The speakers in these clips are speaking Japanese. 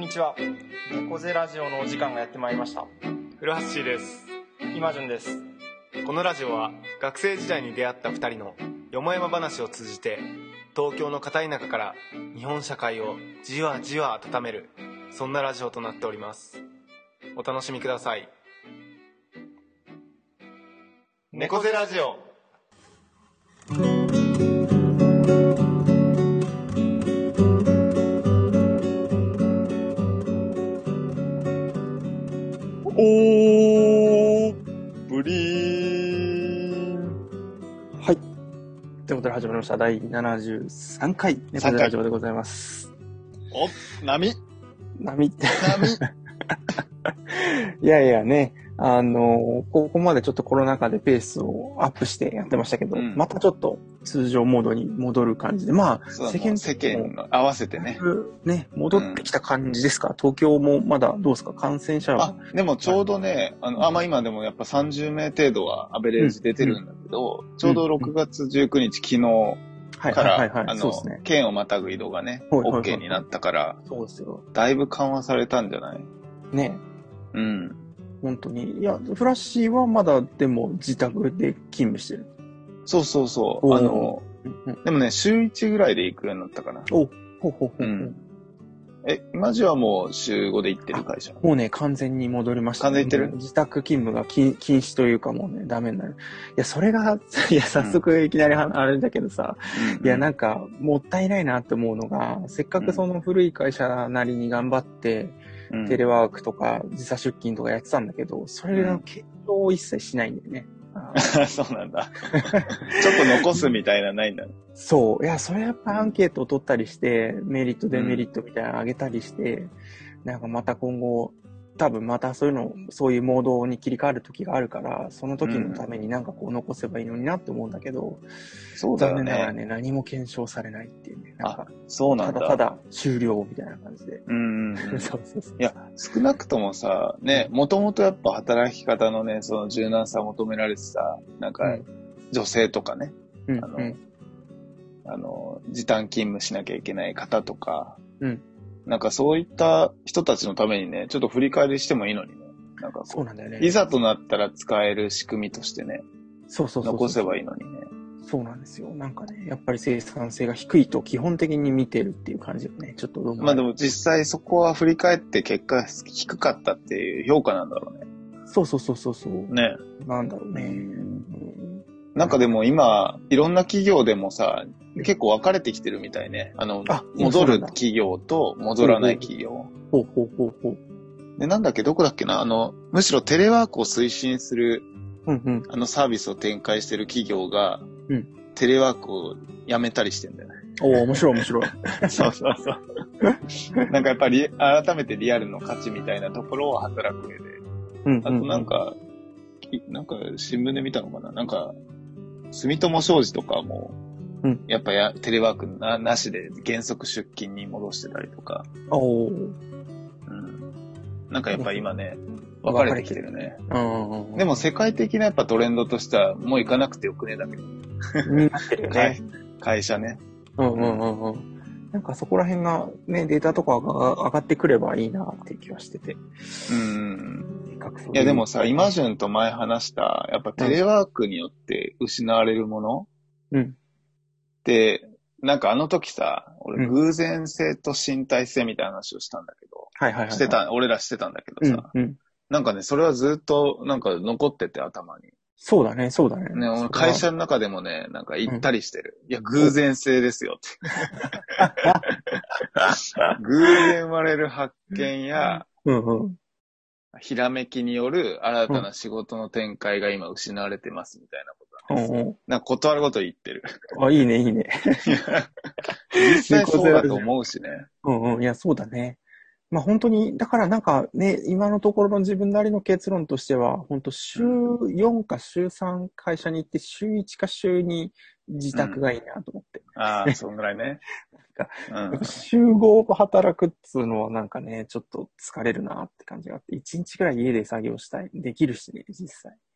にちは。猫背ラジオのお時間がやってまいりました。 古橋シーです。 今順です。 このラジオは学生時代に出会った2人のよもやま話を通じて、東京の片田舎から日本社会をじわじわ温める、そんなラジオとなっております。お楽しみください。猫背ラジオ。 おーブリーン。はい、ということで始まりました第73回猫背ラジオでございます。 お、波いやいやね、ここまでちょっとコロナ禍でペースをアップしてやってましたけど、またちょっと通常モードに戻る感じで、まあ世間の合わせてね戻ってきた感じですか。東京もまだどうですか、感染者は。 でもちょうどね、まあ今でもやっぱ30名程度はアベレージ出てるんだけど、ちょうど6月19日昨日から県をまたぐ移動がね、OK になったから、 そうですよ。 だいぶ緩和されたんじゃないね。本当に。いや、フラッシーはまだでも自宅で勤務してる。 そう。でもね、週1ぐらいで行くようになったかな。今じはもう週5で行ってる会社。 もうね、完全に戻りました、 完全に行ってる。 自宅勤務が禁止というかもうね、ダメになる。いや、それが、いや、早速いきなりあれだけどさ、いや、なんか、もったいないなって思うのが、せっかくその古い会社なりに頑張って、テレワークとか時差出勤とかやってたんだけど、それの検討を一切しないんだよね。 そうなんだ。ちょっと残すみたいなないんだ。 そう。いや、それやっぱアンケートを取ったりして、メリット、デメリットみたいなの上げたりして、なんかまた今後、多分またそういうモードに切り替わる時があるから、その時のためになんかこう残せばいいのになって思うんだけど、 そうだよね。 残念ながらね、何も検証されないっていうね。なんか、 そうなんだ。 ただ終了みたいな感じで。 そう。いや、少なくともさ、ね、もともとやっぱ働き方のね、その柔軟さ求められてさ、なんか、女性とかね、時短勤務しなきゃいけない方とか、なんかそういった人たちのためにね、ちょっと振り返りしてもいいのにね。なんかそうなんだよね。 いざとなったら使える仕組みとしてね、残せばいいのにね。 そうなんですよ。なんかね、やっぱり生産性が低いと基本的に見てるっていう感じがね、ちょっとどうも。 まあでも実際そこは振り返って結果低かったっていう評価なんだろうね。 そう。 ね。 なんだろうね。 なんかでも今、いろんな企業でもさ、結構分かれてきてるみたいね。戻る企業と戻らない企業。で、なんだっけ、どこだっけな、むしろテレワークを推進する、サービスを展開してる企業が、テレワークをやめたりしてんだよね。 面白い。そう。 なんかやっぱり改めてリアルの価値みたいなところを働く上で。あとなんか新聞で見たのかな、なんか、住友商事とかも、やっぱテレワークなしで原則出勤に戻してたりとか。なんかやっぱ今ね、分かれてきてるね。でも世界的なやっぱトレンドとしては、もう行かなくてよくねだけど。会社ね。 なんかそこら辺がね、データとかが上がってくればいいなっていう気はしてて。いやでもさ、今順と前話した、やっぱテレワークによって失われるもので、なんかあの時さ、俺偶然性と身体性みたいな話をしたんだけど、俺らしてたんだけどさ、なんかね、それはずっとなんか残ってて頭に。 そうだね。 ね、会社の中でもね、なんか言ったりしてる。いや、偶然性ですよって。偶然生まれる発見や、ひらめきによる新たな仕事の展開が今失われてますみたいなことなんです。なんか断ること言ってる。 いいね。 実際そうだと思うしね。 いや、そうだね。まあ本当に、だからなんかね、今のところの自分なりの結論としては、本当週4か週3会社に行って、週1か週2自宅がいいなと思って。 そんぐらいね。 週5働くっつうのはなんかね、ちょっと疲れるなって感じがあって、1日くらい家で作業したい。できるしね、実際。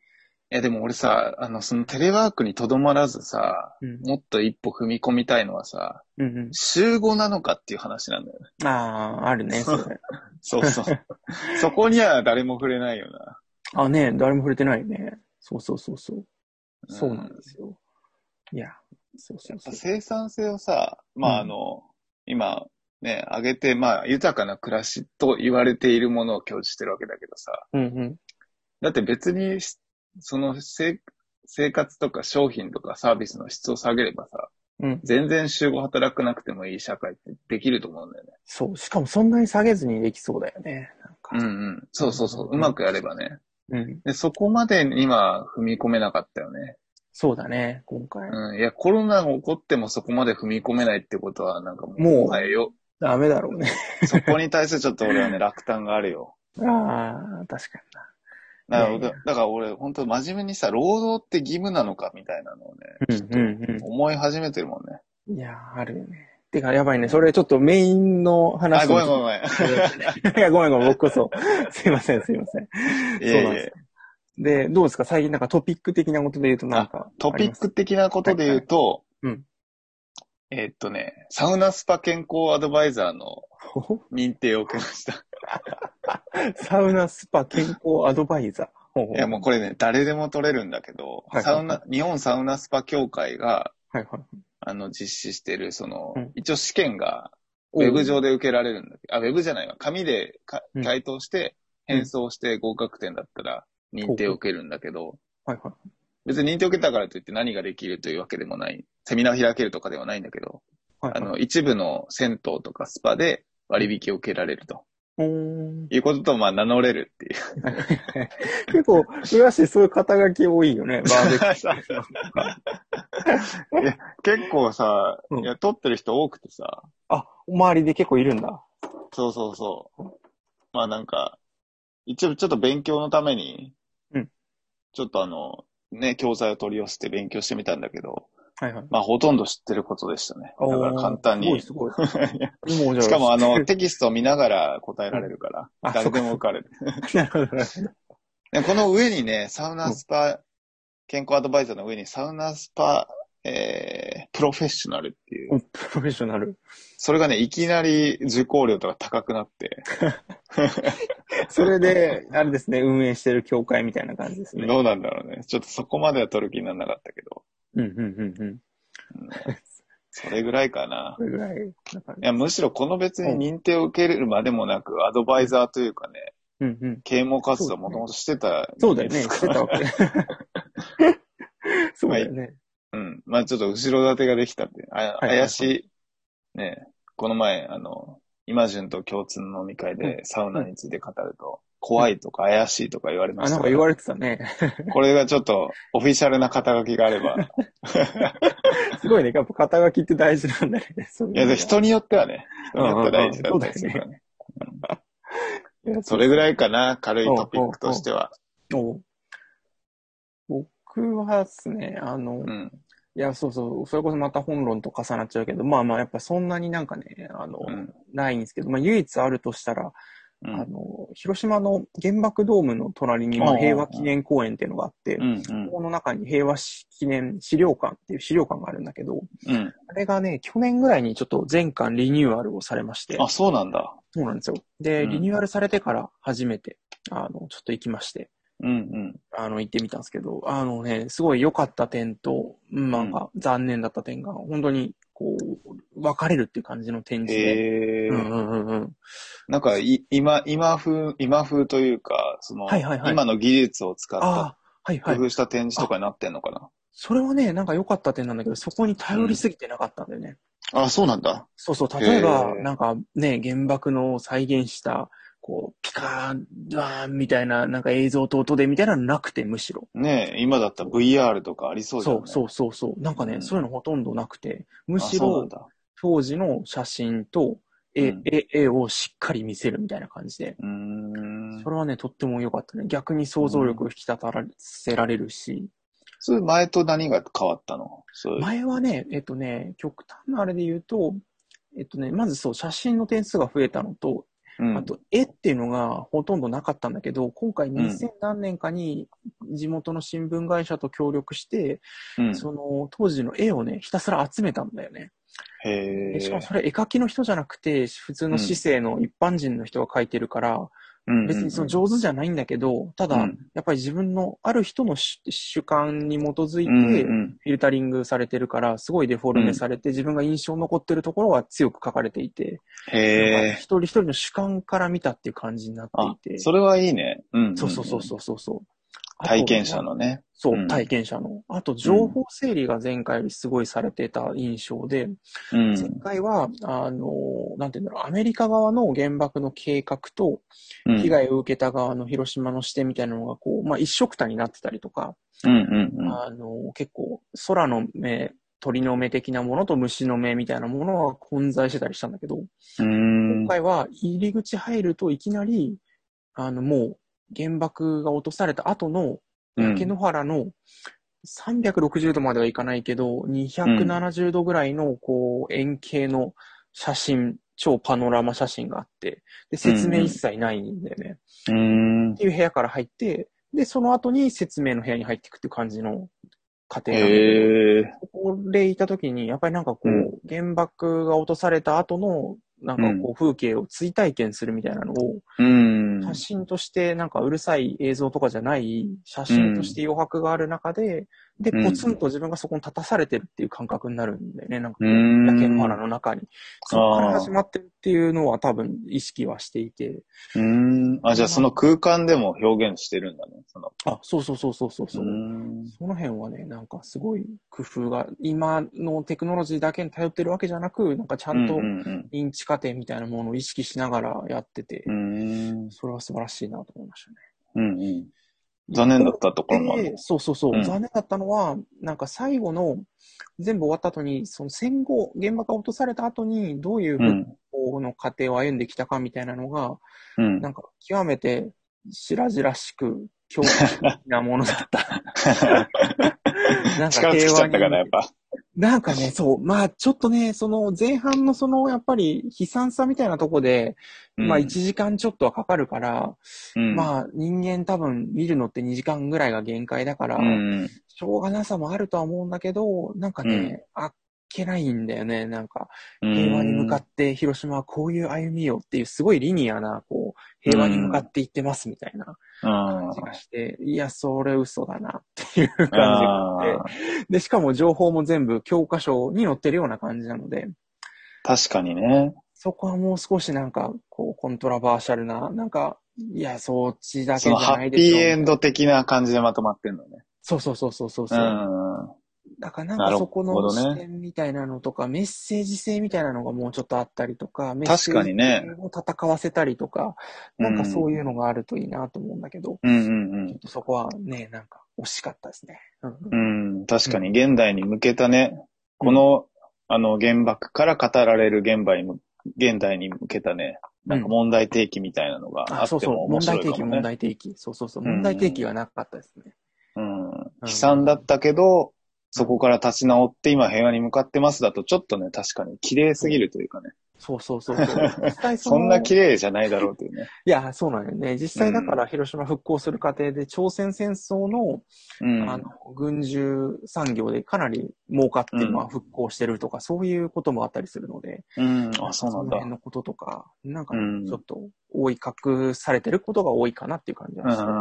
やでも俺さ、そのテレワークにとどまらずさ、 うん。 もっと一歩踏み込みたいのはさ、 うん週5なのかっていう話なんだよね。 うん。ああ、あるね、それ。 そうそう。そこには誰も触れないよな。 あ、ね、誰も触れてないね。そうそうそうそう。 うそうなんん。 ですよ。いや、そうそやっぱうそう。 生産性をさ、 うん。 今、ね、上げて、まあ、豊かな暮らしと言われているものを享受してるわけだけどさ。 うんうん。 だって別に、その生活とか商品とかサービスの質を下げればさ、 うん。 全然週5働かなくてもいい社会ってできると思うんだよね。 そう。しかもそんなに下げずにできそうだよね。なんか。 うんうん。 うんそうそうそう。ううんまくやればね。 うん。うん。 で、そこまで今踏み込めなかったよね。 そうだね、今回。 うん。いや、コロナが起こってもそこまで踏み込めないってことは、なんかもはもう、 やよ、 ダメだろうね。 そこに対するちょっと俺はね、落胆があるよ。 ああ、確かにな。いやいや。 だから俺、本当真面目にさ、労働って義務なのかみたいなのをね、 うんちょっとうん思い始めてるもんね。 うん。いや、あるよね。てか、やばいね。そうん、 れちょっとメインの話ごともちょっめんごめんごと。いや、ごめんごめん、僕こそ。すいません、すいません。 めん。いえいえ。 そうなんですよ。で、どうですか最近なんかトピック的なことで言うとなんかトピッあります？ ク的なことで言はいはい。 うと、 うん。 サウナスパ健康アドバイザーのほほ認定を受けました。 サウナスパ健康アドバイザー。ほうほいや、 うほう。 もうこれね、誰でも取れるんだけど、 はいはいはい。 日本サウナスパ協会が、 はいはい。 実施してる、 うん。 一応試験が、ウおう。 ェブ上で受けられるんだけど、ウェブじゃないわ。紙でうん。 回答して、返うん。 送して合格点だったら認ほうほう。 定を受けるんだけど、 はいはい。 別に認定を受けたからといって何ができるというわけでもない、セミナーを開けるとかではないんだけど、 はいはい。 一部の銭湯とかスパでうん。 割引を受けられるとおー。 いうことと、まあ、名乗れるっていう。 はいはいはい。結構、浦市そういう肩書き多いよね。バーベキュそうそうーとか。 いや、結構さ、 うん。 いや、撮ってる人多くてさ、 あ、周りで結構いるんだ。 そうそうそう。まあなんか、一応ちょっと勉強のために、 うん。 ちょっと教材を取り寄せて勉強してみたんだけど、 はいはい。 まあほとんど知ってることでしたね。だから簡おー、すごい単に。 すごい。もうじゃあしかも知ってる。 テキストを見ながら答えうん。 られるから、 あ、そ誰っかそっか。 でも受かれる。 なるほど、なるほど。 でこの上にね、サウうん。 ナスパ、健康アドバイザーの上にサウナスパ、プロフェッショナルっていう、 おプロフェッショナル。 それがね、いきなり受講料とか高くなって、 それで、あれですね、運営してる協会みたいな感じですね。 どうなんだろうね。ちょっとそこまでは取る気にならなかったけど、 うん、うん、うん、うん。 うん、それぐらいかな。 それぐらいな感いや、 じです。 むしろこの別うん、 に認定を受けるまでもなく、アドバうん、 イザーというかね、 うん、うん。 啓蒙活動をそうだね。 もともとしてた人間そうだよね。 ですから。 してたわけ。そまあ、 うだよね。 うん。まあちょっと後ろ盾ができたって、 はいはいはい。 怪しい、ね、この前、イマジュンと共通の飲み会うん、 でサウうん、 ナについて語ると、 うん。 怖いとか怪しいとか言われまあ、 したから、 なんか言われてたね。 これがちょっとオフィシャルな肩書きがあれば、 すごいね。やっぱ肩書きって大事なんだね。そういや、 いうのが。 人によってはね、人うによってはんうんうん。 大事だったそうだよね。 りするからね。うん、 いや、そうそう。 それぐらいかな、軽いおうトピックとおうおうしては。 おう。僕はですね、 うん。 いや、そうそう、それこそまた本論と重なっちゃうけど、まあまあ、やっぱそんなになんかね、 うん。 ないんですけど、まあ唯一あるとしたら、 うん。 広島の原爆ドームの隣に、まあ平和記おうおうおう。 念公園っていうのがあって、 うん。うん。 ここの中に平和記念資料館っていう資料館があるんだけど、 うん。 あれがね、去年ぐらいにちょっと全館リニューアルをされまして、 あ、そうなんだ。 そうなんですよ。で、リうん。 ニューアルされてから初めて、ちょっと行きまして、 うん。 行ってみたんですけど、すごい良かった点と、 うん。 なんか残念だった点が、本当に、こう、分かれるっていう感じの展へ示で。うんえ。 うんうんうん。 なんか、今風というか、 はいはいはい。 今の技術を使ったああ、はいはい。 工夫した展示とあ、 かになってんのかな？ それはね、なんか良かった点なんだけど、そこに頼りうん。 すぎてなかったんだよね。 あ、そうなんだ。 そうそう、 へ例えば、 え。 なんかね、原爆の再現した、こう、ピカーン、ワーンみたいな、なんか映像と音でみたいなのなくて、むしろ。 ねえ、今だったら VR とかありそうじゃんね。 そうそうそうそう。なんかね、 うん。 そういうのほとんどなくて、むあ、 しろそうなんだ。 当時の写真とうん。 絵をしっかり見せるみたいな感じで、 うーん。 それはね、とっても良かったね。逆に想像力をうん。 引き立たせられるし、 それ前と何が変わったの？そういう。 前はね、極端なあれで言うと、まずそう、写真の点数が増えたのと、 あと、絵っていうのがほとんどなかったんだけど、今回2000何年かに地元の新聞会社と協力して、その当時の絵をね、ひたすら集めたんだよね。しかもそれ絵描きの人じゃなくて、普通の市政の一般人の人が描いてるから、別にその上手じゃないんだけど、ただ、やっぱり自分のある人の主観に基づいて、フィルタリングされてるから、すごいデフォルメされて、自分が印象に残ってるところは強く書かれていて、一人一人の主観から見たっていう感じになっていて。 それはいいね。 そう。 体験者のね。 そう、体験者の。あと、情報整理が前回よりすごいされてた印象で、前回は、なんていうんだろう、アメリカ側の原爆の計画と、被害を受けた側の広島の視点みたいなのが、こう、一緒くたになってたりとか、結構、空の目、鳥の目的なものと虫の目みたいなものは混在してたりしたんだけど、今回は入り口入るといきなり、もう、原爆が落とされた後の焼け野原の360度まではいかないけど、270度ぐらいのこう円形の写真、超パノラマ写真があって、で、説明一切ないんだよね。っていう部屋から入って、で、その後に説明の部屋に入っていくっていう感じの過程なんだけど、ここでいた時に、やっぱりなんかこう、原爆が落とされた後のなんかこう風景を追体験するみたいなのを、写真としてなんかうるさい映像とかじゃない写真として余白がある中で、で、ポツンと自分がそこに立たされてるっていう感覚になるんだよね。なんかこう、焼け野原の中に。そこから始まってるっていうのは多分意識はしていて。 じゃあその空間でも表現してるんだね。 そう。その辺はね、なんかすごい工夫が、今のテクノロジーだけに頼ってるわけじゃなく、なんかちゃんと認知過程みたいなものを意識しながらやってて、それは素晴らしいなと思いましたね。 残念だったところもある。 そう。残念だったのは、なんか最後の、全部終わった後に、その戦後、原爆が落とされた後に、どういう復興の過程を歩んできたかみたいなのが、なんか極めて白々しく、強力なものだった。 なんか力尽きちゃったかな、やっぱ。 なんかね、そう。ちょっとね、その前半のやっぱり悲惨さみたいなとこで、1時間ちょっとはかかるから、人間多分見るのって2時間ぐらいが限界だから、しょうがなさもあるとは思うんだけど、なんかね、あっけないんだよね。なんか、平和に向かって広島はこういう歩みをっていうすごいリニアな、こう、平和に向かっていってますみたいな感じがして、いや、それ嘘だなっていう感じがあって、で、しかも情報も全部教科書に載ってるような感じなので、 確かにね。 そこはもう少しなんか、こう、コントラバーシャルな、なんか、いや、そっちだけじゃないでしょ。 そのハッピーエンド的な感じでまとまってんのね。 そう。だからなんかそこの視点みたいなのとか、メッセージ性みたいなのがもうちょっとあったりとか、メッセージ性を戦わせたたりとか、なんかそういうのがあるといいなと思うんだけど、ちょっとそこはね、なんか惜しかったですね。 確かに現代に向けたね、この、原爆から語られる現代に向けたね、なんか問題提起みたいなのがあっても面白いかもね。 問題提起。そう。問題提起がなかったですね。 悲惨だったけど、そこから立ち直って今平和に向かってますだとちょっとね、確かに綺麗すぎるというかね。 そう。実際そんな綺麗じゃないだろうというね。 いや、そうなんよね。実際だから広島復興する過程で朝鮮戦争の、軍需産業でかなり儲かって、復興してるとか、そういうこともあったりするので。 そうなんだ。 その辺のこととか、なんか、ちょっと覆い隠されてることが多いかなっていう感じがして。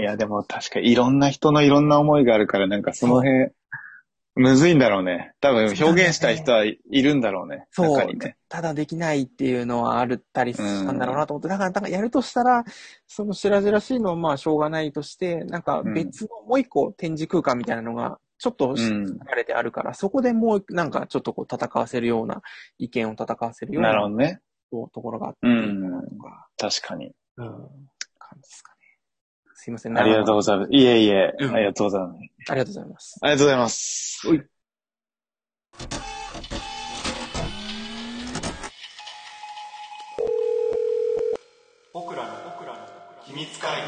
いや、でも確かにいろんな人のいろんな思いがあるから、なんかその辺、むずいんだろうね。多分表現したい人はいるんだろうね。 そう。ただできないっていうのはあったりしたんだろうなと思って、だからやるとしたら、その白々しいのはしょうがないとして、なんか別のもう一個展示空間みたいなのが、ちょっと流れてあるから、そこでもうなんかちょっとこう戦わせるような、意見を戦わせるような。 なるほどね。 ところがあっていいかなとか。 確かに。 感じですかね。すいません。 ありがとうございます。いえいえ、ありがとうございます。 ありがとうございます。 ありがとうございます。 僕らの秘密会議。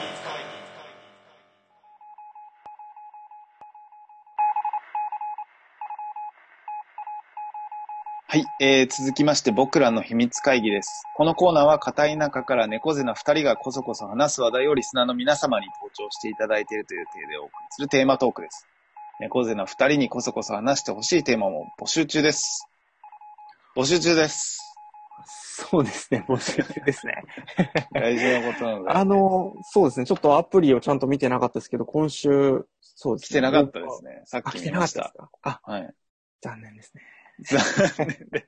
はい、続きまして僕らの秘密会議です。このコーナーは片田舎から猫背な2人がこそこそ話す話題をリスナーの皆様に登場していただいているという体でお送りするテーマトークです。猫背な2人にこそこそ話してほしいテーマも募集中です。募集中です。 そうですね、募集中ですね。 大事なことなので。 そうですね、ちょっとアプリをちゃんと見てなかったですけど、今週、そうですね。 来てなかったですね。さっき見ました。 来てなかったですか？ はい。 残念ですね。 残念です。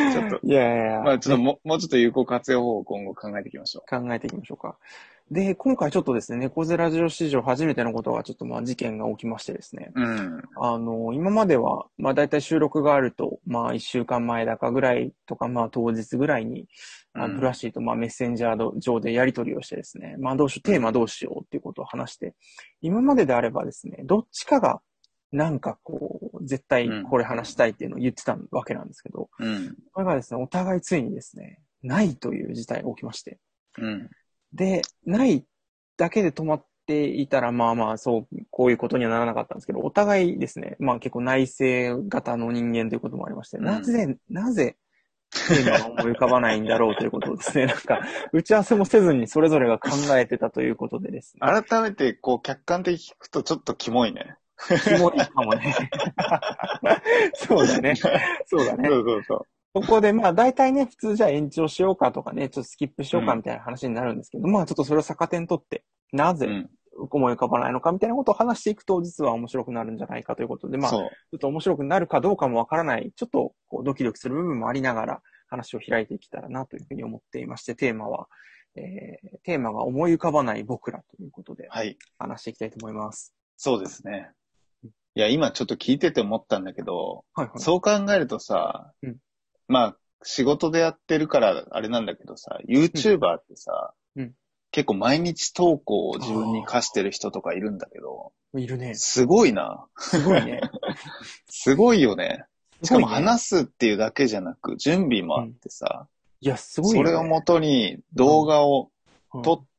ちょっと。 いやいや。 まあちょっともうちょっと有効活用法を今後考えていきましょう。 考えていきましょうか。で、今回ちょっとですね、猫背ラジオ史上初めてのことがちょっと事件が起きましてですね。今までは、だいたい収録があると、1週間前だかぐらいとか、当日ぐらいに、ブラシーとメッセンジャー上でやり取りをしてですね、テーマどうしようっていうことを話して、今までであればですね、どっちかが、絶対これ話したいっていうのを言ってたわけなんですけど、これがですね、お互いついにですね、ないという事態が起きまして。で、ないだけで止まっていたら、こういうことにはならなかったんですけど、お互いですね、結構内省型の人間ということもありまして、なぜ、テーマが思い浮かばないんだろうということをですね、打ち合わせもせずにそれぞれが考えてたということでですね。 改めて、客観的に聞くとちょっとキモいね。 キモいかもね。そうだね。そうだね。 そう。 ここで大体ね、普通じゃあ延長しようかとかね、ちょっとスキップしようかみたいな話になるんですけど、ちょっとそれを逆手にとって、なぜ思い浮かばないのかみたいなことを話していくと、実は面白くなるんじゃないかということで、ちょっと面白くなるかどうかもわからない、ちょっとドキドキする部分もありながら話を開いていけたらなというふうに思っていまして、テーマが思い浮かばない僕らということで、話していきたいと思います。 そうですね。いや、今ちょっと聞いてて思ったんだけど、そう考えるとさ、仕事でやってるからあれなんだけどさ、YouTuber ってさ、結構毎日投稿を自分に課してる人とかいるんだけど、 いるね。 すごいな。 すごいね。 すごいよね。しかも話すっていうだけじゃなく、準備もあってさ、 いや、すごいよね。 それをもとに動画を撮って、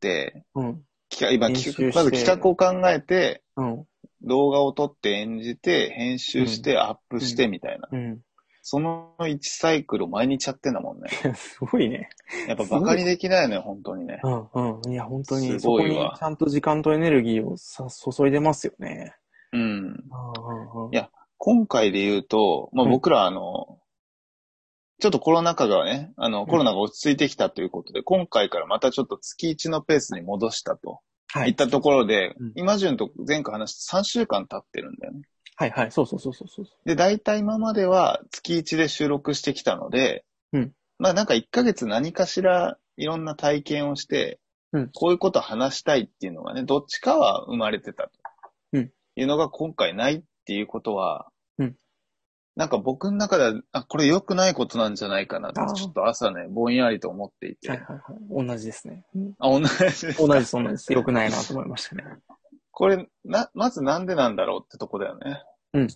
今、まず企画を考えて、動画を撮って演じて、編集して、アップしてみたいな。その1サイクルを毎日やってんだもんね。 すごいね。 やっぱバカにできないよね、本当にね。 いや、本当に、そこにちゃんと時間とエネルギーを注いでますよね。 いや、今回で言うと、僕らちょっとコロナ禍がね、コロナが落ち着いてきたということで、今回からまたちょっと月1のペースに戻したと。いったところで、今順と前回話して3週間経ってるんだよね。 そう。 で、大体今までは月1で収録してきたので、1ヶ月何かしらいろんな体験をして、こういうこと話したいっていうのがね、どっちかは生まれてたと。いうのが今回ないっていうことは、僕の中では、これ良くないことなんじゃないかなって、ちょっと朝ね、ぼんやりと思っていて。 同じですね。 同じですか。 同じです。良くないなと思いましたね。 これ、まずなんでなんだろうってとこだよね。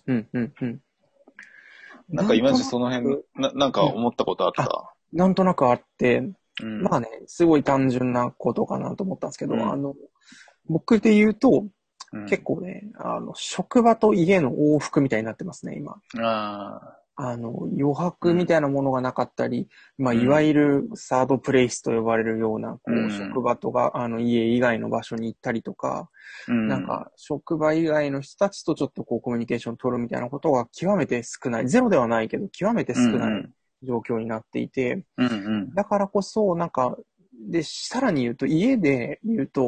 今その辺、思ったことあった？ なんとなくあって、すごい単純なことかなと思ったんですけど、僕で言うと、結構ね、職場と家の往復みたいになってますね、今。余白みたいなものがなかったり、いわゆるサードプレイスと呼ばれるような、職場とか、家以外の場所に行ったりとか、職場以外の人たちとちょっとコミュニケーション取るみたいなことが極めて少ない。ゼロではないけど、極めて少ない状況になっていて、だからこそ、さらに言うと、家で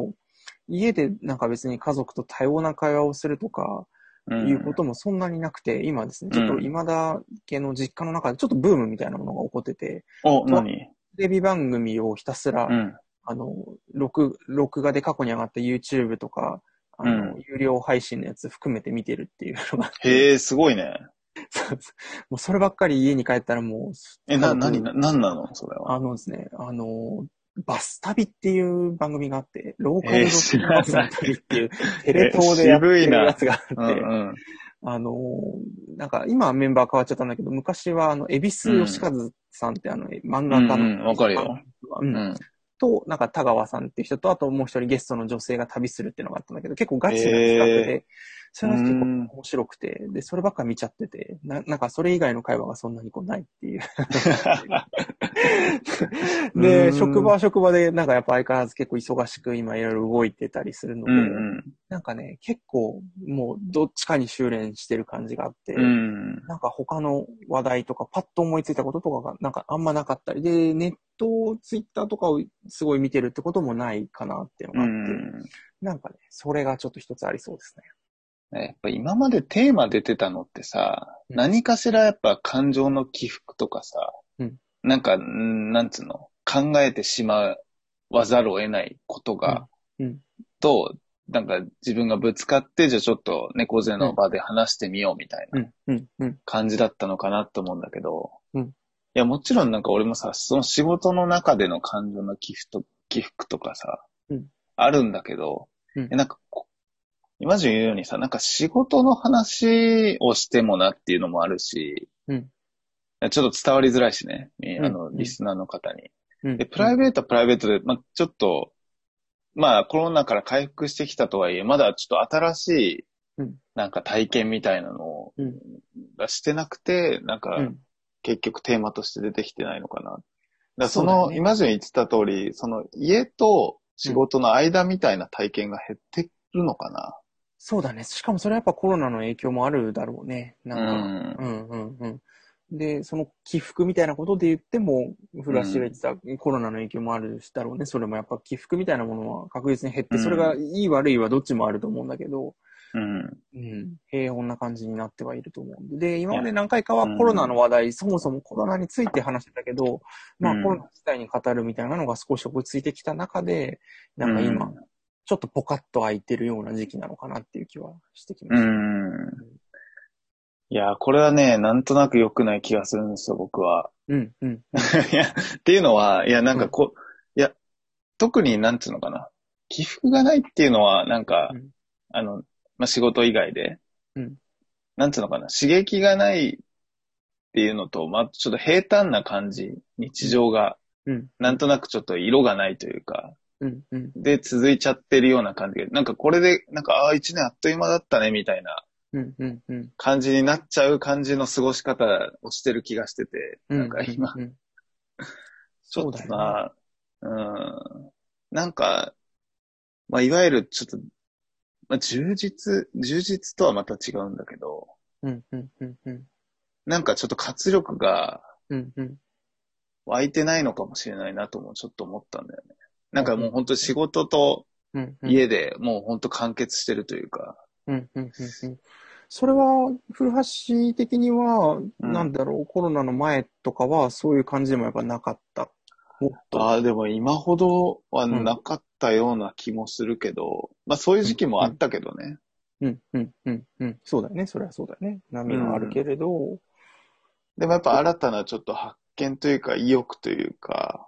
別に家族と多様な会話をするとか、いうこともそんなになくて、今ですね、ちょっと今田家の実家の中でちょっとブームみたいなものが起こってて、 何？ テレビ番組をひたすら、録画で過去に上がった YouTube とか、有料配信のやつ含めて見てるっていうのが。 へえ、すごいね。 もうそればっかり家に帰ったらもう。 なんなのそれは。 ですね、バス旅っていう番組があって、ローカルロックバスの旅っていうテレ東でやってるやつがあって、今はメンバー変わっちゃったんだけど、昔は恵比寿義和さんって漫画家の、 わかるよ。 と、なんか田川さんっていう人と、あともう一人ゲストの女性が旅するっていうのがあったんだけど、結構ガチな企画で、それは結構面白くて、で、そればっか見ちゃってて、なんかそれ以外の会話がそんなにこうないっていう。で、職場は職場で、なんかやっぱ相変わらず結構忙しく今いろいろ動いてたりするので、なんかね、結構もうどっちかに修練してる感じがあって、なんか他の話題とかパッと思いついたこととかがなんかあんまなかったり、で、ネット、ツイッターとかをすごい見てるってこともないかなっていうのがあって、なんかね、それがちょっと一つありそうですね。 やっぱ今までテーマ出てたのってさ、何かしらやっぱ感情の起伏とかさ、なんか、なんつうの、考えてしまわざるを得ないことが、と、なんか自分がぶつかって、じゃあちょっと猫背の場で話してみようみたいな感じだったのかなと思うんだけど、いや、もちろんなんか俺もさ、その仕事の中での感情の起伏とかさ、あるんだけど、なんか今じゅう言うようにさ、なんか仕事の話をしてもなっていうのもあるし、ちょっと伝わりづらいしね、リスナーの方に。で、プライベートはプライベートで、ちょっと、コロナから回復してきたとはいえ、まだちょっと新しい、なんか体験みたいなのがしてなくて、なんか、結局テーマとして出てきてないのかな。だからその、今じゅう言ってた通り、その家と仕事の間みたいな体験が減ってるのかな。 そうだね。しかもそれはやっぱコロナの影響もあるだろうね。なんか、で、その起伏みたいなことで言っても、古橋が言ってたコロナの影響もあるだろうね。それもやっぱ起伏みたいなものは確実に減って、それがいい悪いはどっちもあると思うんだけど、平穏な感じになってはいると思うんで。で、今まで何回かはコロナの話題、そもそもコロナについて話してたけど、コロナ自体に語るみたいなのが少し落ち着いてきた中で、なんか今、ちょっとポカッと空いてるような時期なのかなっていう気はしてきました。 いや、これはね、なんとなく良くない気がするんですよ、僕は。いや、っていうのは、いや、なんかいや、特になんつうのかな。起伏がないっていうのは、なんか、仕事以外で、なんつうのかな、刺激がないっていうのと、ちょっと平坦な感じ、日常が、なんとなくちょっと色がないというか、で、続いちゃってるような感じで、なんかこれで、なんか、一年あっという間だったね、みたいな感じになっちゃう感じの過ごし方をしてる気がしてて、なんか今、ちょっとなんか、いわゆるちょっと、充実とはまた違うんだけど、なんかちょっと活力が、湧いてないのかもしれないなともちょっと思ったんだよね。なんかもう本当仕事と家でもう本当完結してるというか。 それは、古橋的には、なんだろう、コロナの前とかはそういう感じでもやっぱなかった。 でも今ほどはなかったような気もするけど、そういう時期もあったけどね。 そうだよね。それはそうだよね。波があるけれど。 でもやっぱ新たなちょっと発見というか意欲というか、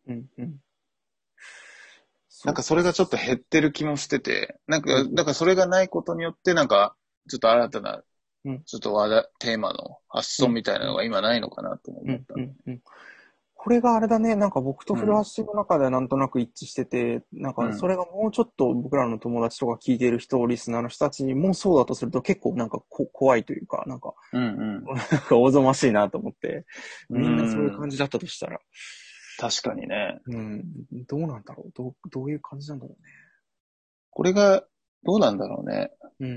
なんかそれがちょっと減ってる気もしてて、なんかそれがないことによって、なんかちょっと新たな、ちょっとテーマの発想みたいなのが今ないのかなと思った。 これがあれだね、なんか僕と古橋の中ではなんとなく一致してて、なんかそれがもうちょっと僕らの友達とか聞いてる人、リスナーの人たちにもそうだとすると結構なんか怖いというか、なんか、なんかおぞましいなと思って、みんなそういう感じだったとしたら。 確かにね。 どうなんだろうどういう感じなんだろうね。 これが、どうなんだろうね。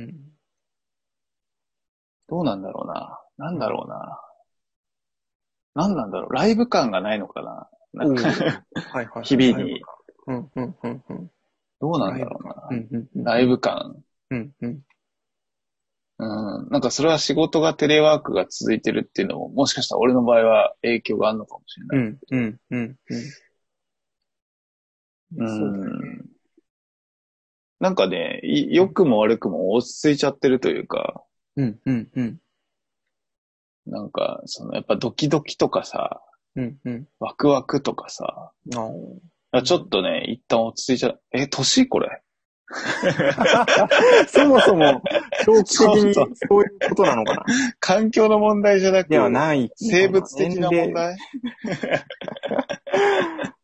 どうなんだろうな。なんだろうな。なんなんだろう。ライブ感がないのかな。なんか日々に。どうなんだろうな。ライブ感。なんかそれは仕事がテレワークが続いてるっていうのも、もしかしたら俺の場合は影響があるのかもしれない。なんかね、良くも悪くも落ち着いちゃってるというか。なんか、やっぱドキドキとかさ、ワクワクとかさ、ちょっとね、一旦落ち着いちゃう。年これそもそも、長期的にそういうことなのかな。 環境の問題じゃなくて、 ではない。 生物的な問題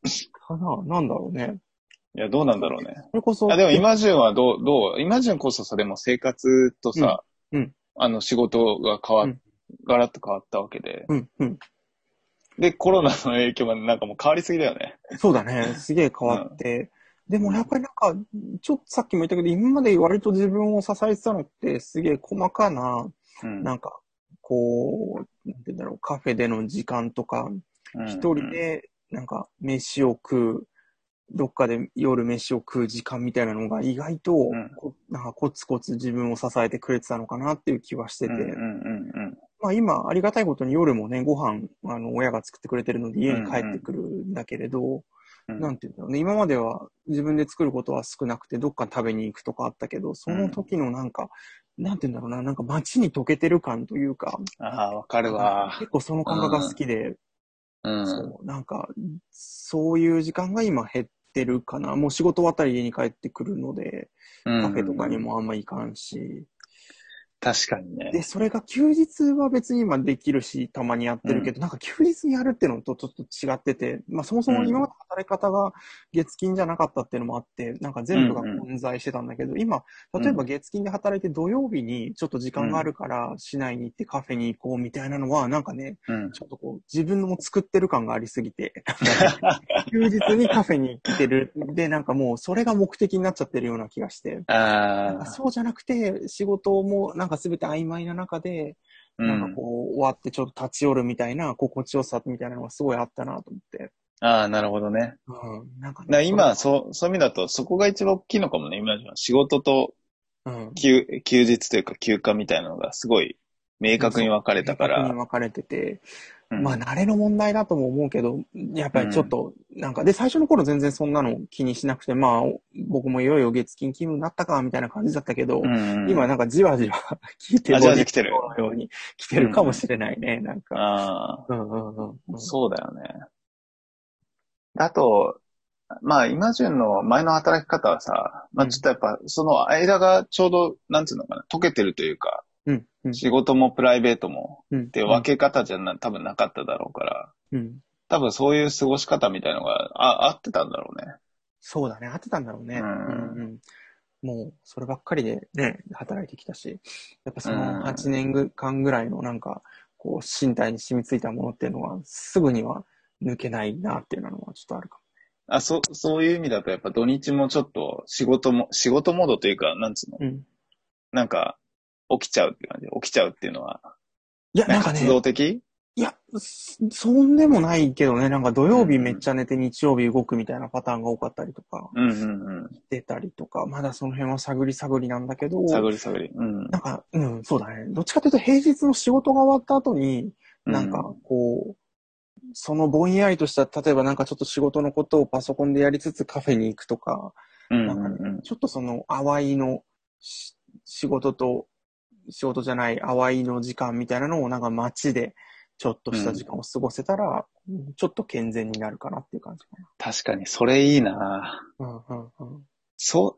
かな、なんだろうね。 いや、どうなんだろうね。 それこそ。 あ、でもイマジュンはどうイマジュンこそさ、でも生活とさ、 うん。 仕事がガラッと変わったわけで。 うん。うん。 で、コロナの影響もなんかもう変わりすぎだよね。 そうだね。すげえ変わって。でもやっぱりなんか、ちょっとさっきも言ったけど、今まで割と自分を支えてたのって、すげえ細かな、なんか、こう、なんて言うんだろう、カフェでの時間とか、一人で、なんか、飯を食う、どっかで夜飯を食う時間みたいなのが意外と、なんかコツコツ自分を支えてくれてたのかなっていう気はしてて、まあ今、ありがたいことに夜もね、ご飯、親が作ってくれてるので家に帰ってくるんだけれど、なんていうんだろうね、今までは自分で作ることは少なくて、どっか食べに行くとかあったけど、その時のなんか、なんていうんだろうな、なんか街に溶けてる感というか、 ああ、わかるわ。 結構その感覚が好きで、そう、なんか、そういう時間が今減ってるかな。もう仕事終わったら家に帰ってくるので、カフェとかにもあんま行かんし、 確かにね。 で、それが休日は別に今できるし、たまにやってるけど、なんか休日にやるっていうのとちょっと違ってて、まあそもそも今まで働き方が月金じゃなかったっていうのもあって、なんか全部が混在してたんだけど、今、例えば月金で働いて土曜日にちょっと時間があるから市内に行ってカフェに行こうみたいなのは、なんかね、ちょっとこう自分も作ってる感がありすぎて、休日にカフェに来てる。で、なんかもうそれが目的になっちゃってるような気がして。なんかそうじゃなくて、仕事もなんか全て曖昧な中で、なんかこう終わってちょっと立ち寄るみたいな心地よさみたいなのがすごいあったなと思って。 ああ、なるほどね。 なんかね。 今、そういう意味だと、そこが一番大きいのかもね。今、仕事と休日というか休暇みたいなのがすごい明確に分かれたから。 明確に分かれてて、まあ慣れの問題だとも思うけど、やっぱりちょっと、なんか、で、最初の頃全然そんなの気にしなくて、まあ、僕もいよいよ月金気分になったか、みたいな感じだったけど、今なんかじわじわ聞いてじわじわ来てる。 のように来てるかもしれないね、なんか。 そうだよね。あと、まあ、イマジュンの前の働き方はさ、まあちょっとやっぱ、その間がちょうど、なんつうのかな、溶けてるというか、仕事もプライベートも、って分け方じゃ多分なかっただろうから、多分そういう過ごし方みたいのが合ってたんだろうね。 そうだね、合ってたんだろうね。もう、そればっかりでね、働いてきたし、やっぱその8年間ぐらいのなんか、こう、身体に染みついたものっていうのは、すぐには抜けないなっていうのはちょっとあるかも。 そういう意味だとやっぱ土日もちょっと仕事モードというか、なんつうの、なんか、起きちゃうって感じ。起きちゃうっていうのは。 いや、なんかね。 活動的？ いや、そんでもないけどね、なんか土曜日めっちゃ寝て日曜日動くみたいなパターンが多かったりとか、出たりとか、まだその辺は探り探りなんだけど、 探り。 なんか、そうだね。どっちかというと平日の仕事が終わった後に、なんかこう、そのぼんやりとした、例えばなんかちょっと仕事のことをパソコンでやりつつカフェに行くとか、なんかね、ちょっとその淡いの仕事じゃない淡いの時間みたいなのをなんか街でちょっとした時間を過ごせたら、ちょっと健全になるかなっていう感じかな。 確かに、それいいな。そう、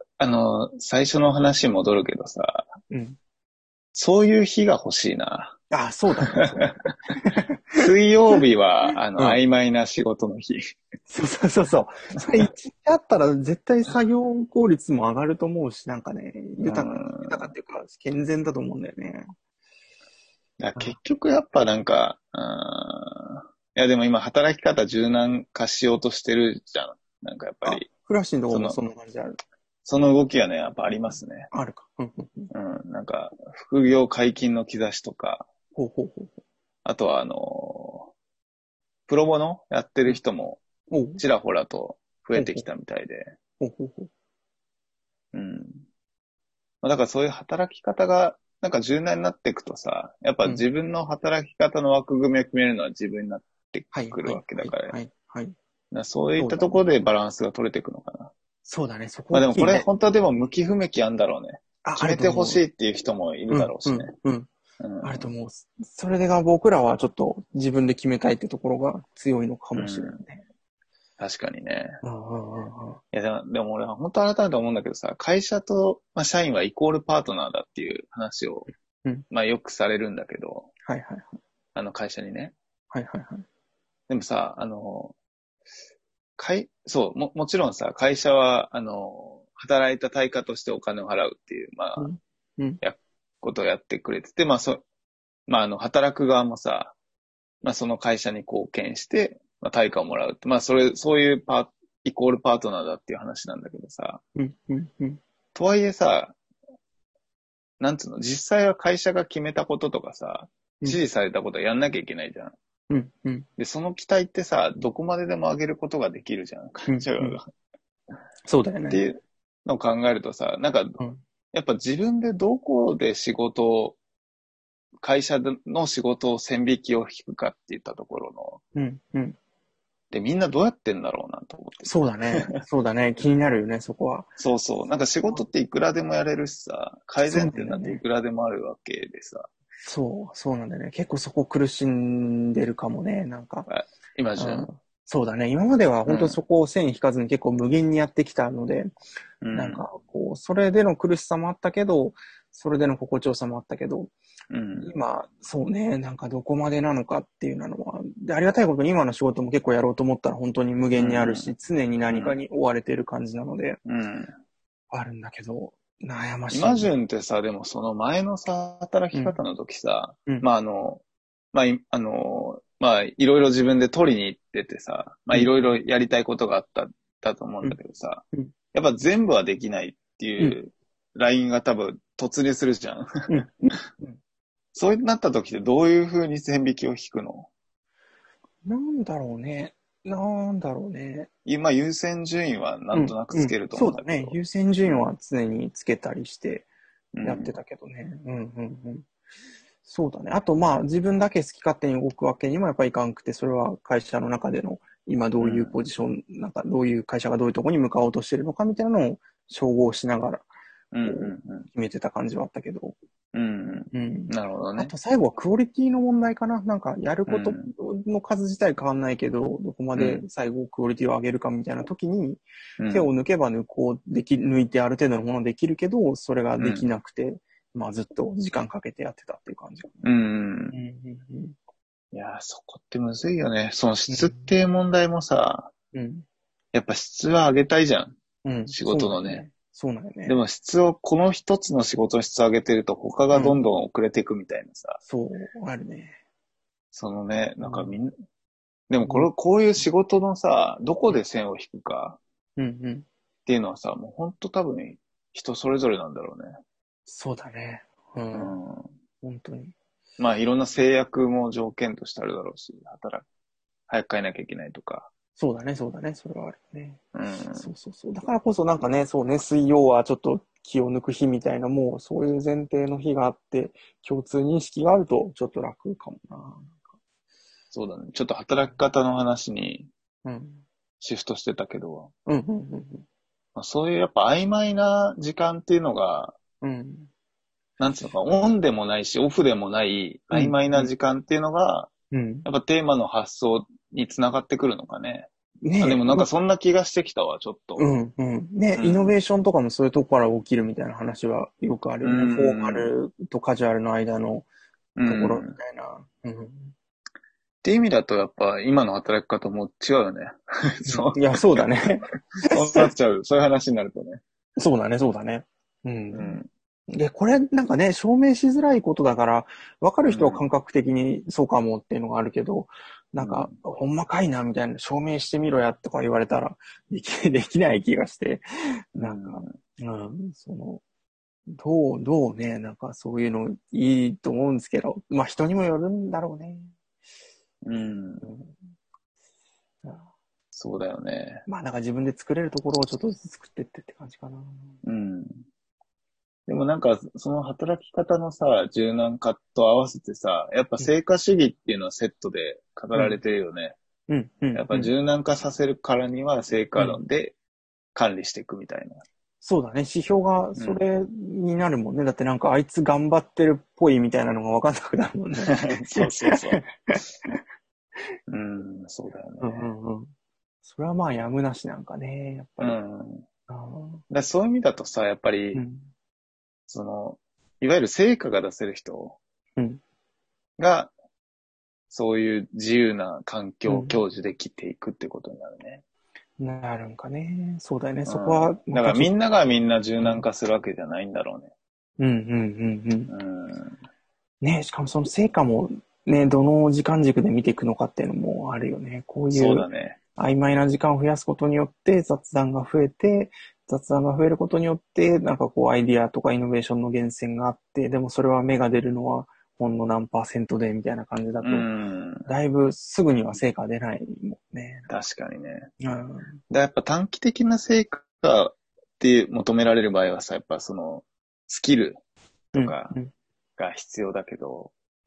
最初の話に戻るけどさ、そういう日が欲しいな。 あ、そうだね。 水曜日は、曖昧な仕事の日。 そう。それ一日あったら絶対作業効率も上がると思うし、なんかね、豊かっていうか、健全だと思うんだよね。 結局やっぱなんか、いやでも今働き方柔軟化しようとしてるじゃん。なんかやっぱり。 フラッシュのとこもそんな感じある。 その動きはね、やっぱありますね。 あるか。 なんか、副業解禁の兆しとか。あとはプロボノやってる人も、ちらほらと増えてきたみたいで。だからそういう働き方が、なんか柔軟になっていくとさ、やっぱ自分の働き方の枠組みを決めるのは自分になってくるわけだから。そういったところでバランスが取れていくのかな。 そうだね、そこ、 まあでもこれ本当はでも向き不向きあんだろうね。決めてほしいっていう人もいるだろうしね。 あると思う。それが僕らはちょっと自分で決めたいってところが強いのかもしれないね。 確かにね。いやでも俺は本当改めて思うんだけどさ、会社と、社員はイコールパートナーだっていう話を、よくされるんだけど、会社にね。でもさ、 もちろんさ、会社は、働いた対価としてお金を払うっていう、 うん。 ことをやってくれてて、働く側もさ、その会社に貢献して、対価をもらうって、そういうイコールパートナーだっていう話なんだけどさ、 うん。うん。うん。 とはいえさ、なんつうの、実際は会社が決めたこととかさ、指示されたことはやんなきゃいけないじゃん。 うん。うん。 で、その期待ってさ、どこまででも上げることができるじゃん、会社側が。 そうだよね。 っていうのを考えるとさ、なんか、 うん。 やっぱ自分でどこで会社の仕事を線引きを引くかって言ったところの、 うん。うん。 で、みんなどうやってんだろうなと思ってそうだね。そうだね。気になるよね、そこは。 そうそう。なんか仕事っていくらでもやれるしさ、改善点なんていくらでもあるわけでさ。 そうなんだよね。結構そこ苦しんでるかもね、なんか。 今じゃん。 そうだね。今までは本当そこを線引かずに結構無限にやってきたので、なんかそれでの苦しさもあったけど、それでの心地よさもあったけど、今、そうね、なんかどこまでなのかっていうのは、で、ありがたいことに今の仕事も結構やろうと思ったら本当に無限にあるし、常に何かに追われている感じなので、あるんだけど、悩ましい。 今順ってさ、でもその前のさ、働き方の時さ、いろいろ自分で取りに行っててさ、いろいろやりたいことがあったと思うんだけどさ、やっぱ全部はできないっていうラインが多分突入するじゃん。そうなった時ってどういう風に線引きを引くの？ なんだろうね。 今優先順位はなんとなくつけると思うんだけど。 そうだね。優先順位は常につけたりしてやってたけどね。そうだね。あと自分だけ好き勝手に動くわけにもやっぱりいかんくて、それは会社の中での今どういうポジション、なんかどういう会社がどういうところに向かおうとしてるのかみたいなのを照合しながら決めてた感じはあったけど。 なるほどね。 あと最後はクオリティの問題かな。なんかやることの数自体変わんないけど、どこまで最後クオリティを上げるかみたいな時に、手を抜けば抜いてある程度のものできるけど、それができなくて、ずっと時間かけてやってたっていう感じかな。 いやー、そこってむずいよね。その質っていう問題もさ、やっぱ質は上げたいじゃん。仕事のね。 そうなんよね。 でもこの一つの仕事の質を上げてると他がどんどん遅れていくみたいなさ。 そう、あるね。 そのね、なんかでもこういう仕事のさ、どこで線を引くかっていうのはさ、もうほんと多分人それぞれなんだろうね。 そうだね。本当に。 いろんな制約も条件としてあるだろうし、早く帰らなきゃいけないとか。 そうだね。それはあるね。そう。だからこそなんかね、水曜はちょっと気を抜く日みたいな、もうそういう前提の日があって、共通認識があるとちょっと楽かもな。 そうだね。ちょっと働き方の話にシフトしてたけど、そういうやっぱ曖昧な時間っていうのが、なんつうのか、オンでもないし、オフでもない曖昧な時間っていうのが、やっぱテーマの発想につながってくるのかね。でもなんかそんな気がしてきたわ、ちょっと。 イノベーションとかもそういうとこから起きるみたいな話はよくあるよね。フォーマルとカジュアルの間のところみたいな。 っていう意味だとやっぱ今の働き方も違うよね。 いや、そうだね。 そうなっちゃう。そういう話になるとね。 そうだね。で、これなんかね、証明しづらいことだから、わかる人は感覚的にそうかもっていうのがあるけど、なんか、ほんまかいなみたいな、証明してみろやとか言われたら、できない気がして、なんか、どうね、なんかそういうのいいと思うんですけど、人にもよるんだろうね。 そうだよね。 なんか自分で作れるところをちょっとずつ作ってって感じかな。 でもなんか、その働き方のさ、柔軟化と合わせてさ、やっぱ成果主義っていうのはセットで語られてるよね。やっぱ柔軟化させるからには成果論で管理していくみたいな。 そうだね。指標がそれになるもんね。だってなんかあいつ頑張ってるっぽいみたいなのが分かんなくなるもんね。 そう。そうだよね。 それはやむなしなんかね、やっぱり。 そういう意味だとさ、やっぱり、いわゆる成果が出せる人が、そういう自由な環境を享受できていくってことになるね。 なるんかね。そうだよね。そこは、 だからみんながみんな柔軟化するわけじゃないんだろうね。 うん。ね、しかもその成果もね、どの時間軸で見ていくのかっていうのもあるよね。こういうそうだね。 曖昧な時間を増やすことによって雑談が増えて、雑談が増えることによって、なんかこうアイディアとかイノベーションの源泉があって、でもそれは芽が出るのはほんの何%でみたいな感じだと、だいぶすぐには成果出ないもんね。 確かにね。 うんやっぱ短期的な成果って求められる場合はさ、やっぱそのスキルとかが必要だけど、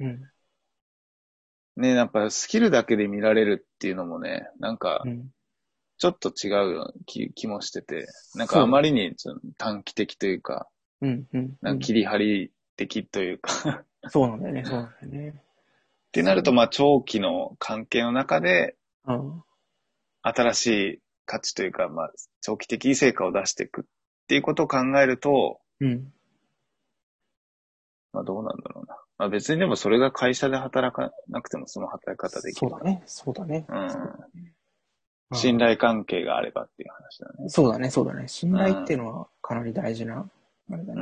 ね、やっぱスキルだけで見られるっていうのもね、なんか、ちょっと違うような気もしてて、なんかあまりに短期的というか、なんか切り張り的というかそうなんだよね、そうなんだよね。 ってなると、まあ長期の関係の中で、新しい価値というか、まあ長期的に成果を出していくっていうことを考えると、まあどうなんだろうな。まあ別にでもそれが会社で働かなくてもその働き方できる。 そうだね。 信頼関係があればっていう話だね。 そうだね。信頼っていうのはかなり大事な、あれだね。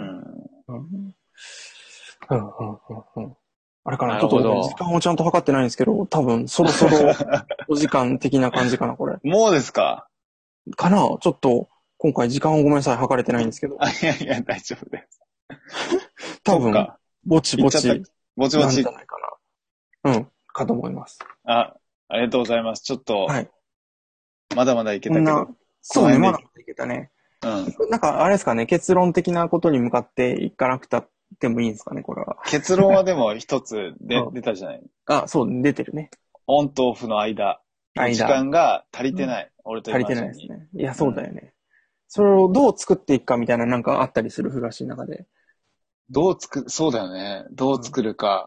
あれかな、ちょっと時間をちゃんと測ってないんですけど、多分そろそろお時間的な感じかな、これ。 もうですか？ かな？ちょっと、今回時間をごめんなさい、測れてないんですけど。 いや、大丈夫です。 多分、ぼちぼち。 ぼちぼち。 なんじゃないかな。かと思います。 ありがとうございます。ちょっと、まだまだいけたけど。 そうね、まだまだいけたね。なんか、あれですかね、結論的なことに向かっていかなくてもいいんですかね、これは。 結論はでも一つ出たじゃない。 そう、出てるね。 オンとオフの間。時間が足りてない。俺と今足りてないですね。いや、そうだよね。それをどう作っていくかみたいななんかあったりする、東の中で。 そうだよね。どう作るか。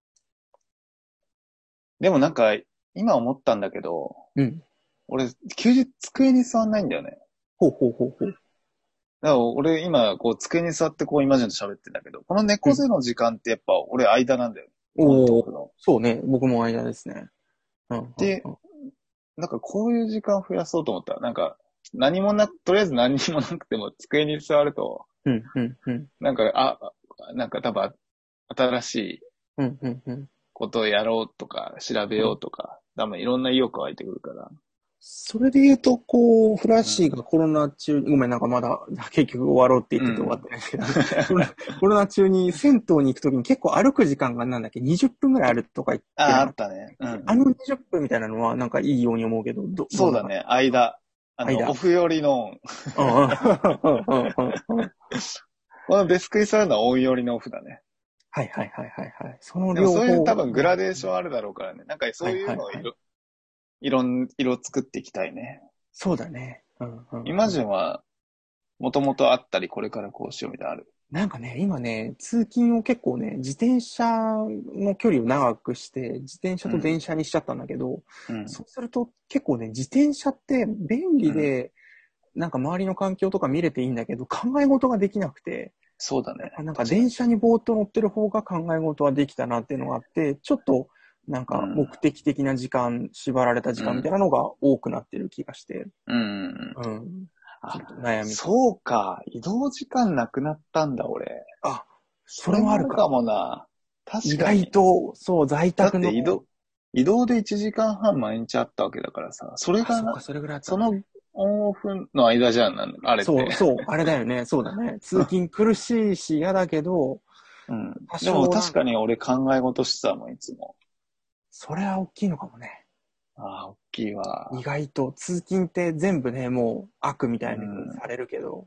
でもなんか、今思ったんだけど、俺、休日机に座んないんだよね。 ほう。 だから俺今、こう、机に座ってこう、今じゃんと喋ってんだけど、この猫背の時間ってやっぱ俺間なんだよ。 そうね。僕も間ですね。 で、なんかこういう時間を増やそうと思ったら、なんか、とりあえず何にもなくても机に座ると、なんか多分、新しいことをやろうとか、調べようとか、多分いろんな意欲が湧いてくるから。 それで言うと、こう、フラッシーがコロナ中に、ごめん、なんかまだ結局終わろうって言ってて終わってないけど、コロナ中に銭湯に行くときに結構歩く時間がなんだっけ、20分ぐらいあるとか言って。 あったね。 あの20分みたいなのはなんかいいように思うけど、 そうだね、間。オフ寄りの。このデスクに座るのはオン寄りのオフだね。 はい。その両方。 そういう多分グラデーションあるだろうからね。なんかそういうのを色作っていきたいね。 そうだね。 イマジンは、もともとあったり、これからこうしようみたいなのある？ なんかね、今ね、通勤を結構ね、自転車の距離を長くして、自転車と電車にしちゃったんだけど、そうすると結構ね、自転車って便利で、なんか周りの環境とか見れていいんだけど、考え事ができなくて、 そうだね。 なんか電車にぼーっと乗ってる方が考え事はできたなっていうのがあって、ちょっとなんか目的的な時間、縛られた時間みたいなのが多くなってる気がして。悩み。 そうか。移動時間なくなったんだ、俺。 それもあるかもな。確かに。 意外と、そう、在宅の。 だって移動で1時間半毎日あったわけだからさ。それがそれぐらいそのオンオフの間じゃん、あれって。 そう、あれだよね。そうだね。通勤苦しいし嫌だけど、 でも確かに俺考え事してたもん、いつも。 それは大きいのかもね。 大きいわ。 意外と、通勤って全部ね、もう悪みたいにされるけど。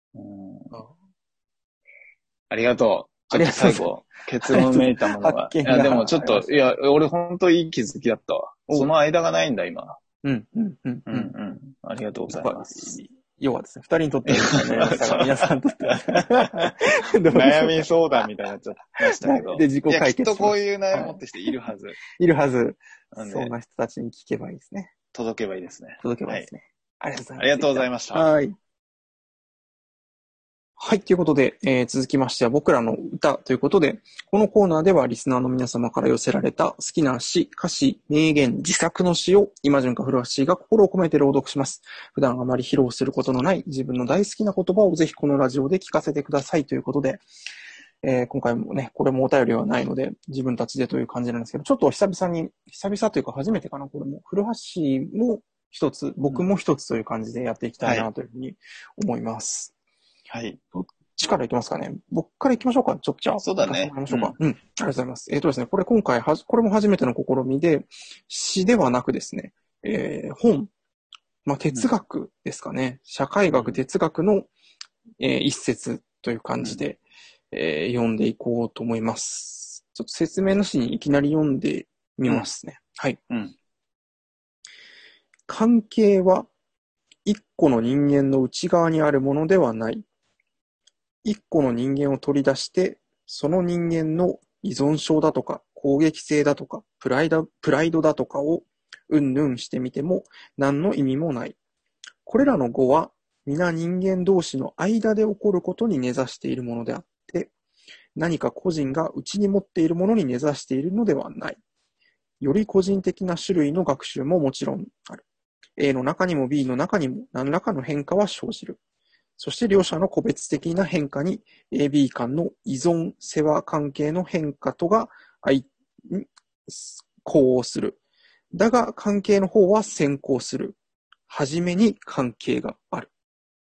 ありがとう。ちょっと最後、結論めいたものが。いや、でもちょっと、俺ほんといい気づきだったわ。その間がないんだ、今。ありがとうございます。 要はですね、二人にとって皆さんにとって悩み相談みたいになっちゃいましたけど。 で、自己解決。 きっとこういう悩みを持って人いるはず。 いるはず。そんな人たちに聞けばいいですね。 届けばいいですね。 届けばいいですね。ありがとうございます。 ありがとうございました。 はい。 はい。ということで、続きましては僕らの歌ということで、このコーナーではリスナーの皆様から寄せられた好きな詩、歌詞、名言、自作の詩を今順か古橋が心を込めて朗読します。普段あまり披露することのない自分の大好きな言葉をぜひこのラジオで聞かせてくださいということで、今回もね、これもお便りはないので、自分たちでという感じなんですけど、ちょっと久々というか初めてかな、これも。古橋も一つ、僕も一つという感じでやっていきたいなというふうに思います。 はい。 どっちからいきますかね。僕からいきましょうか。ちょっとじゃあ。 そうだね。 行かせてもらいましょうか。ありがとうございます。ですね、これ今回これも初めての試みで、詩ではなくですね、本、哲学ですかね。社会学、哲学の、一節という感じで、読んでいこうと思います。ちょっと説明なしにいきなり読んでみますね。はい。関係は、一個の人間の内側にあるものではない。一個の人間を取り出して、その人間の依存症だとか、攻撃性だとか、プライドだとかをうんぬんしてみても何の意味もない。これらの語は皆人間同士の間で起こることに根ざしているものであって、何か個人が内に持っているものに根ざしているのではない。より個人的な種類の学習ももちろんある。A の中にも B の中にも何らかの変化は生じる。そして両者の個別的な変化に A、B 間の依存、世話関係の変化とが呼応する。だが関係の方は先行する。はじめに関係がある。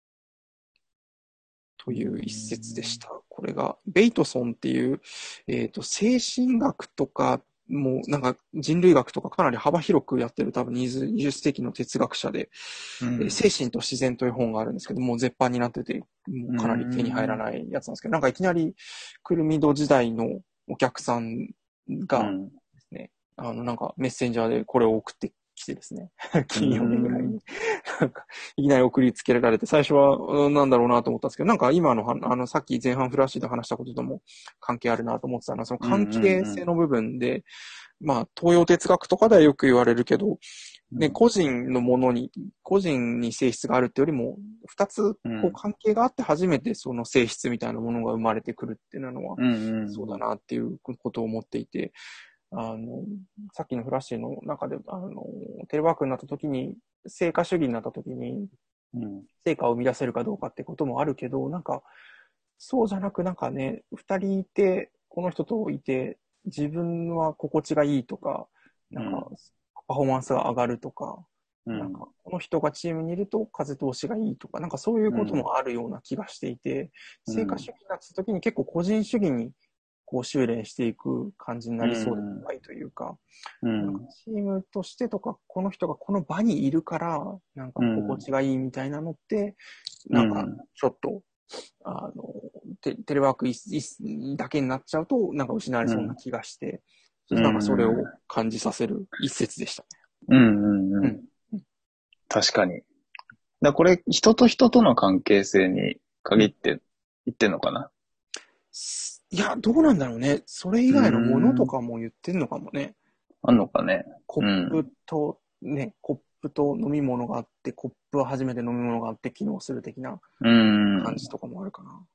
という一節でした。これが、ベイトソンっていう、精神学とか、もうなんか人類学とかかなり幅広くやってる多分20世紀の哲学者で、精神と自然という本があるんですけど、もう絶版になってて、もうかなり手に入らないやつなんですけど、なんかいきなりクルミド時代のお客さんがですね、なんかメッセンジャーでこれを送ってきてですね、金曜日ぐらいに、なんかいきなり送りつけられて、最初はなんだろうなと思ったんですけど、なんか今のさっき前半フラッシュで話したこととも関係あるなと思ってたのは、その関係性の部分で、東洋哲学とかではよく言われるけど、ね、個人に性質があるってよりも、二つ関係があって初めてその性質みたいなものが生まれてくるっていうのは、そうだなっていうことを思っていて、さっきのフラッシュの中で、テレワークになった時に、成果主義になった時に、成果を生み出せるかどうかってこともあるけど、なんか、そうじゃなくなんかね、二人いて、この人といて、自分は心地がいいとか、なんか、パフォーマンスが上がるとか、なんか、この人がチームにいると風通しがいいとか、なんかそういうこともあるような気がしていて、成果主義になった時に結構個人主義にこう修練していく感じになりそうでないというか、なんかチームとしてとか、この人がこの場にいるから、なんか心地がいいみたいなのって、なんかちょっと、テレワークだけになっちゃうと、なんか失われそうな気がして、なんかそれを感じさせる一節でしたね。 確かに。これ、人と人との関係性に限って言ってんのかな？ いや、どうなんだろうね。それ以外のものとかも言ってんのかもね。 あんのかね。 コップと飲み物があって、コップは初めて飲み物があって機能する的な感じとかもあるかな。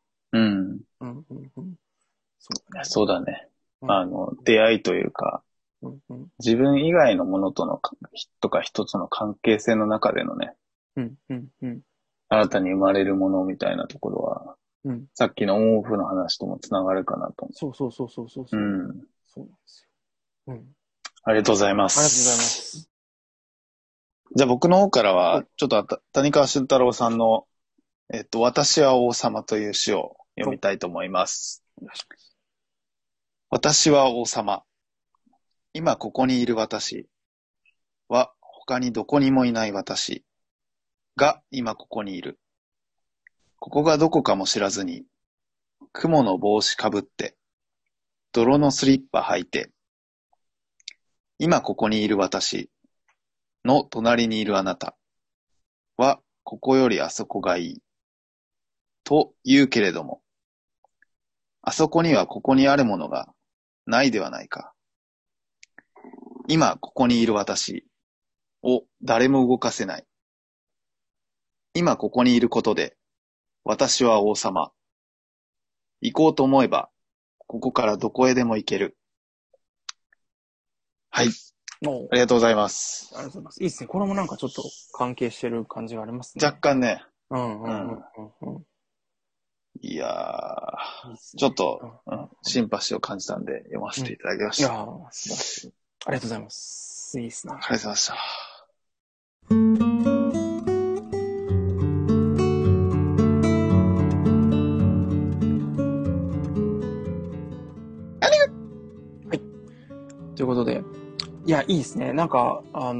そうだね。出会いというか、自分以外のものとのとか一つの関係性の中でのね、新たに生まれるものみたいなところは、さっきのオンオフの話ともつながるかなと思う。 そう。そうなんですよ。 ありがとうございます。 ありがとうございます。 じゃあ僕の方からは、ちょっと谷川俊太郎さんの、私は王様という詩を読みたいと思います。私は王様。今ここにいる私は他にどこにもいない私が今ここにいる。ここがどこかも知らずに、雲の帽子かぶって、泥のスリッパ履いて、今ここにいる私の隣にいるあなたはここよりあそこがいい。と言うけれども、あそこにはここにあるものがないではないか。今ここにいる私を誰も動かせない。今ここにいることで、私は王様行こうと思えば、ここからどこへでも行ける。はい。ありがとうございます。 ありがとうございます。いいですね。これもなんかちょっと関係してる感じがありますね。 若干ね。いやー、ね、ちょっと、シンパシーを感じたんで読ませていただきました。 いやー、素晴らしい。ありがとうございます。いいですね。 ありがとうございました。 はい。ということで、いや、いいですね。なんか、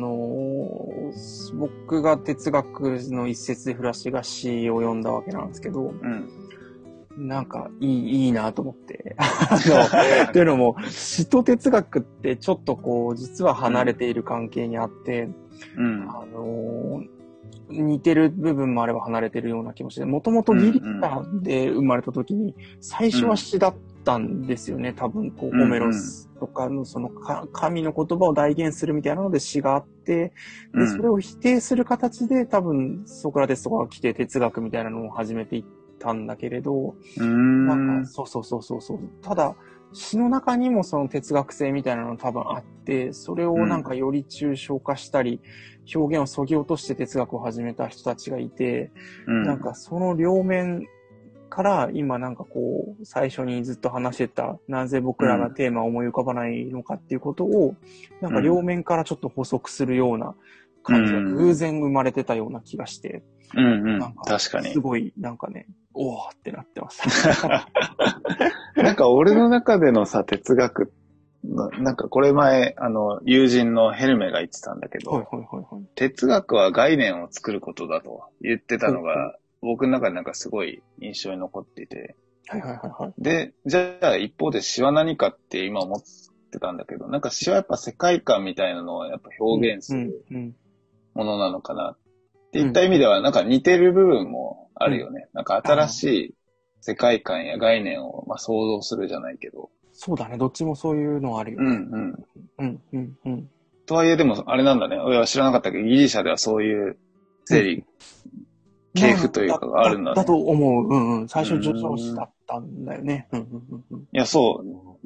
僕が哲学の一節でフラッシュが詩を読んだわけなんですけど、なんか、いいなと思って。というのも、詩と哲学ってちょっとこう、実は離れている関係にあって、似てる部分もあれば離れてるような気もして、もともとギリシャで生まれた時に、最初は詩だったんですよね。多分、こう、ホメロスとかのその神の言葉を代言するみたいなので詩があって、で、それを否定する形で多分、ソクラテスとかが来て哲学みたいなのを始めていったんだけれど、なんか、そう。ただ、詩の中にもその哲学性みたいなの多分あって、それをなんかより抽象化したり、表現を削ぎ落として哲学を始めた人たちがいて、なんかその両面から今なんかこう、最初にずっと話してた、なぜ僕らがテーマを思い浮かばないのかっていうことを、なんか両面からちょっと補足するような感じが偶然生まれてたような気がして、 なんか確かに。 すごい、なんかね、おーってなってます。 なんか俺の中でのさ、哲学、なんかこれ前、友人のヘルメが言ってたんだけど、哲学は概念を作ることだと言ってたのが、僕の中でなんかすごい印象に残っていて、で、じゃあ一方で詩は何かって今思ってたんだけど、なんか詩はやっぱ世界観みたいなのをやっぱ表現するものなのかなっていった意味ではなんか似てる部分もあるよね。なんか新しい世界観や概念をまあ想像するじゃないけど。 そうだね。どっちもそういうのあるよね。 とはいえでもあれなんだね。俺は知らなかったけど、ギリシャではそういう整理、系譜というかがあるんだね。 だと思う。最初助長詞だったんだよね。 いや、そう。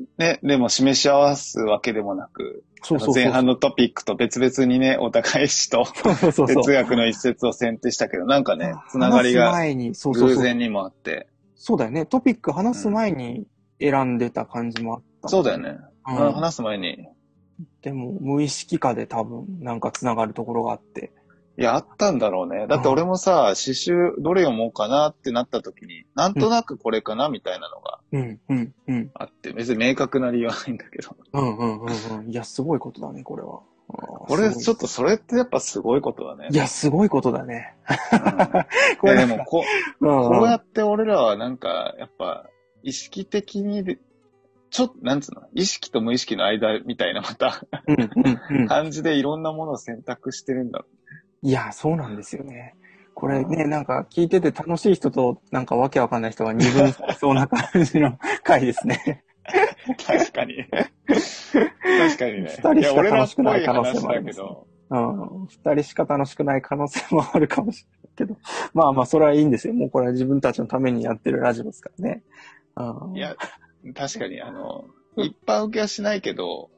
ね、でも示し合わすわけでもなく、前半のトピックと別々にね、お互い詩と哲学の一節を選定したけど、なんかね、つながりが偶然にもあって。 そうだよね。トピック話す前に選んでた感じもあった。 そうだよね。話す前に。 でも、無意識下で多分、なんかつながるところがあって。 いや、あったんだろうね。だって俺もさ、詩集どれ読もうかなってなった時に、なんとなくこれかなみたいなのがあって、別に明確な理由はないんだけど。 いや、すごいことだね、これは。 これ、ちょっとそれってやっぱすごいことだね。 いや、すごいことだね。 これでもこうやって俺らはなんか、やっぱ、意識的に、なんつうの、意識と無意識の間みたいなまた感じでいろんなものを選択してるんだろうね。 いや、そうなんですよね。これね、なんか聞いてて楽しい人となんかわけわかんない人が二分そうな感じの回ですね。 確かに。確かにね。 二人しか楽しくない可能性もあるけど。二人しか楽しくない可能性もあるかもしれないけど。まあまあ、それはいいんですよ。もうこれは自分たちのためにやってるラジオですからね。 いや、確かに一般受けはしないけど、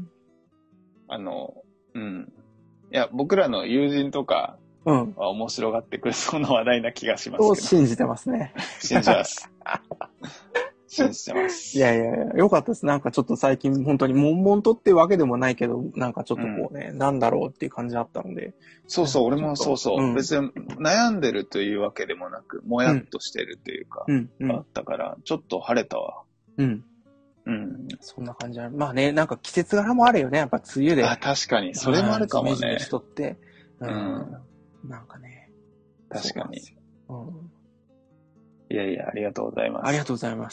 いや、僕らの友人とかは面白がってくれそうな話題な気がしますけど。 そう信じてますね。 信じます。信じてます。 いや、よかったです。なんかちょっと最近本当に悶々とっていうわけでもないけど、なんかちょっとこうね、なんだろうっていう感じあったので。 そうそう、俺もそうそう。別に悩んでるというわけでもなく、もやっとしてるというか、あったから、ちょっと晴れたわ。 そんな感じある。まあね、なんか季節柄もあるよね。やっぱ梅雨で。 確かに。それもあるかもね。 ジメジメしとって。なんかね。 確かに。いやいや、ありがとうございます。 ありがとうございます。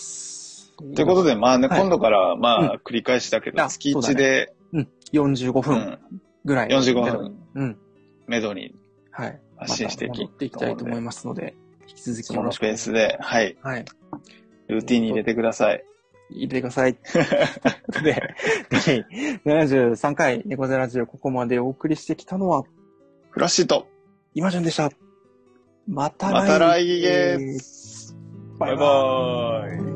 ということで、まあね、今度からまあ繰り返しだけど、月1で、 45分ぐらい。 45分。めどに発信していきたいと思いますので、引き続きよろしく。 そのペースで、はい。ルーティンに入れてください。 入れてください。で、第73回猫背ラジオ、ここまでお送りしてきたのは、 フラッシュと、 今順でした。また来月。バイバーイ。